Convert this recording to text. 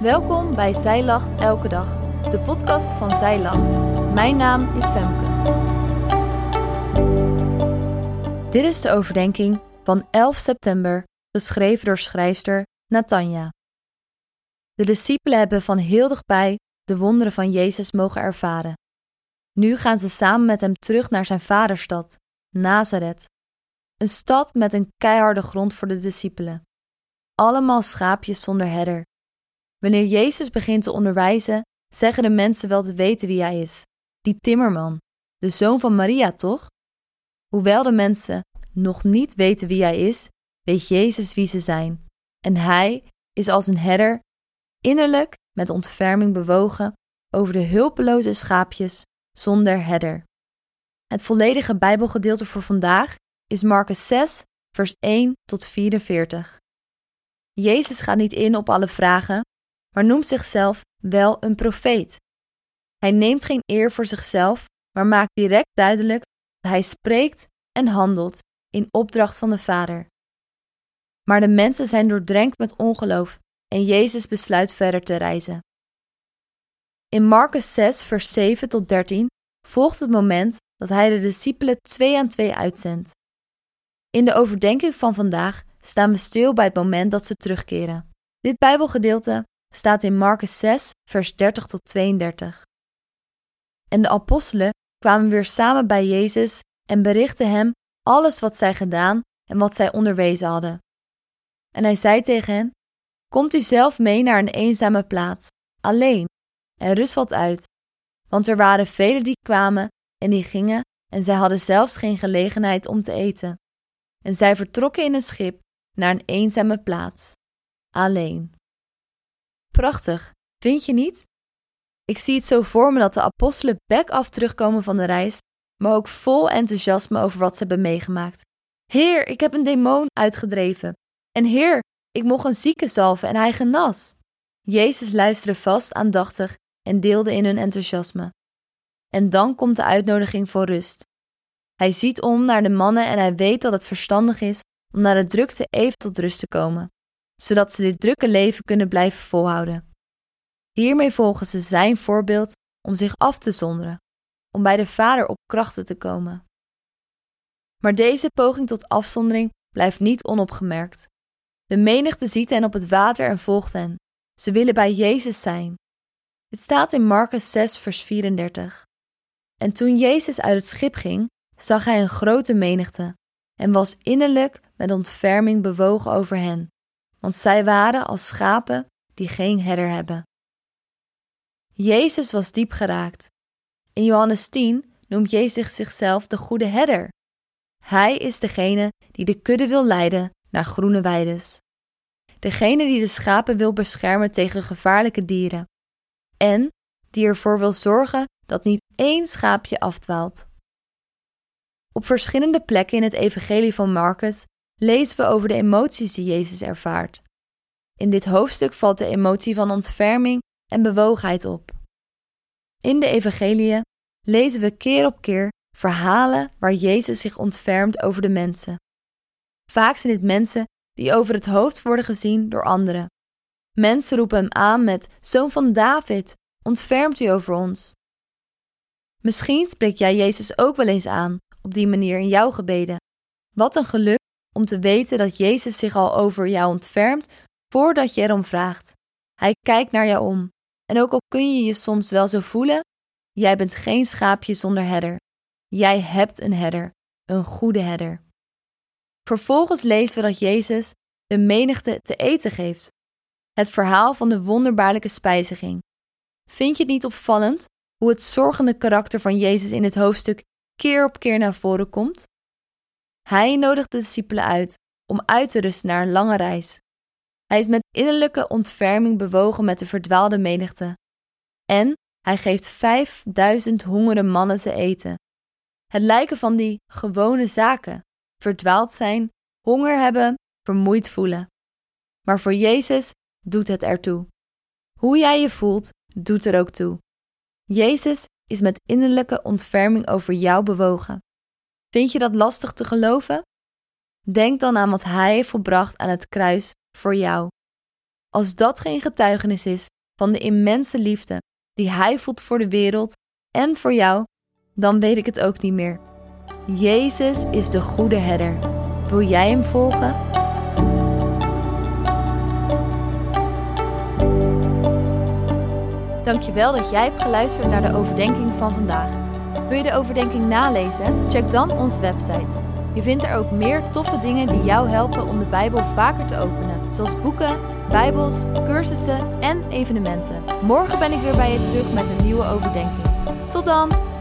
Welkom bij Zij Lacht Elke Dag, de podcast van Zij Lacht. Mijn naam is Femke. Dit is de overdenking van 11 september, geschreven door schrijfster Natanja. De discipelen hebben van heel dichtbij de wonderen van Jezus mogen ervaren. Nu gaan ze samen met hem terug naar zijn vaderstad, Nazareth. Een stad met een keiharde grond voor de discipelen. Allemaal schaapjes zonder herder. Wanneer Jezus begint te onderwijzen, zeggen de mensen wel te weten wie hij is. Die timmerman, de zoon van Maria, toch? Hoewel de mensen nog niet weten wie hij is, weet Jezus wie ze zijn. En hij is als een herder, innerlijk met ontferming bewogen over de hulpeloze schaapjes zonder herder. Het volledige Bijbelgedeelte voor vandaag is Marcus 6, vers 1 tot 44. Jezus gaat niet in op alle vragen, maar noemt zichzelf wel een profeet. Hij neemt geen eer voor zichzelf, maar maakt direct duidelijk dat hij spreekt en handelt in opdracht van de Vader. Maar de mensen zijn doordrenkt met ongeloof en Jezus besluit verder te reizen. In Marcus 6, vers 7 tot 13 volgt het moment dat hij de discipelen 2 aan 2 uitzendt. In de overdenking van vandaag staan we stil bij het moment dat ze terugkeren. Dit Bijbelgedeelte staat in Marcus 6, vers 30 tot 32. En de apostelen kwamen weer samen bij Jezus en berichtten hem alles wat zij gedaan en wat zij onderwezen hadden. En hij zei tegen hen: Komt u zelf mee naar een eenzame plaats, alleen, en rust wat uit. Want er waren velen die kwamen en die gingen en zij hadden zelfs geen gelegenheid om te eten. En zij vertrokken in een schip naar een eenzame plaats, alleen. Prachtig, vind je niet? Ik zie het zo voor me dat de apostelen bek af terugkomen van de reis, maar ook vol enthousiasme over wat ze hebben meegemaakt. Heer, ik heb een demon uitgedreven. En Heer, ik mocht een zieke zalven en hij genas. Jezus luisterde vast aandachtig en deelde in hun enthousiasme. En dan komt de uitnodiging voor rust. Hij ziet om naar de mannen en hij weet dat het verstandig is om na de drukte even tot rust te komen, zodat ze dit drukke leven kunnen blijven volhouden. Hiermee volgen ze zijn voorbeeld om zich af te zonderen, om bij de Vader op krachten te komen. Maar deze poging tot afzondering blijft niet onopgemerkt. De menigte ziet hen op het water en volgt hen. Ze willen bij Jezus zijn. Het staat in Marcus 6, vers 34. En toen Jezus uit het schip ging, zag hij een grote menigte en was innerlijk met ontferming bewogen over hen, want zij waren als schapen die geen herder hebben. Jezus was diep geraakt. In Johannes 10 noemt Jezus zichzelf de goede herder. Hij is degene die de kudde wil leiden naar groene weides. Degene die de schapen wil beschermen tegen gevaarlijke dieren. En die ervoor wil zorgen dat niet één schaapje afdwaalt. Op verschillende plekken in het evangelie van Marcus lezen we over de emoties die Jezus ervaart. In dit hoofdstuk valt de emotie van ontferming en bewogenheid op. In de evangeliën lezen we keer op keer verhalen waar Jezus zich ontfermt over de mensen. Vaak zijn dit mensen die over het hoofd worden gezien door anderen. Mensen roepen hem aan met: Zoon van David, ontfermt u over ons. Misschien spreek jij Jezus ook wel eens aan op die manier in jouw gebeden. Wat een geluk om te weten dat Jezus zich al over jou ontfermt voordat je erom vraagt. Hij kijkt naar jou om. En ook al kun je je soms wel zo voelen, jij bent geen schaapje zonder herder. Jij hebt een herder, een goede herder. Vervolgens lezen we dat Jezus de menigte te eten geeft. Het verhaal van de wonderbaarlijke spijziging. Vind je het niet opvallend hoe het zorgende karakter van Jezus in het hoofdstuk keer op keer naar voren komt? Hij nodigt de discipelen uit om uit te rusten na een lange reis. Hij is met innerlijke ontferming bewogen met de verdwaalde menigte. En hij geeft 5000 hongere mannen te eten. Het lijken van die gewone zaken: verdwaald zijn, honger hebben, vermoeid voelen. Maar voor Jezus doet het ertoe. Hoe jij je voelt, doet er ook toe. Jezus is met innerlijke ontferming over jou bewogen. Vind je dat lastig te geloven? Denk dan aan wat hij heeft volbracht aan het kruis voor jou. Als dat geen getuigenis is van de immense liefde die Hij voelt voor de wereld en voor jou, dan weet ik het ook niet meer. Jezus is de goede herder. Wil jij Hem volgen? Dankjewel dat jij hebt geluisterd naar de overdenking van vandaag. Wil je de overdenking nalezen? Check dan onze website. Je vindt er ook meer toffe dingen die jou helpen om de Bijbel vaker te openen. Zoals boeken, Bijbels, cursussen en evenementen. Morgen ben ik weer bij je terug met een nieuwe overdenking. Tot dan!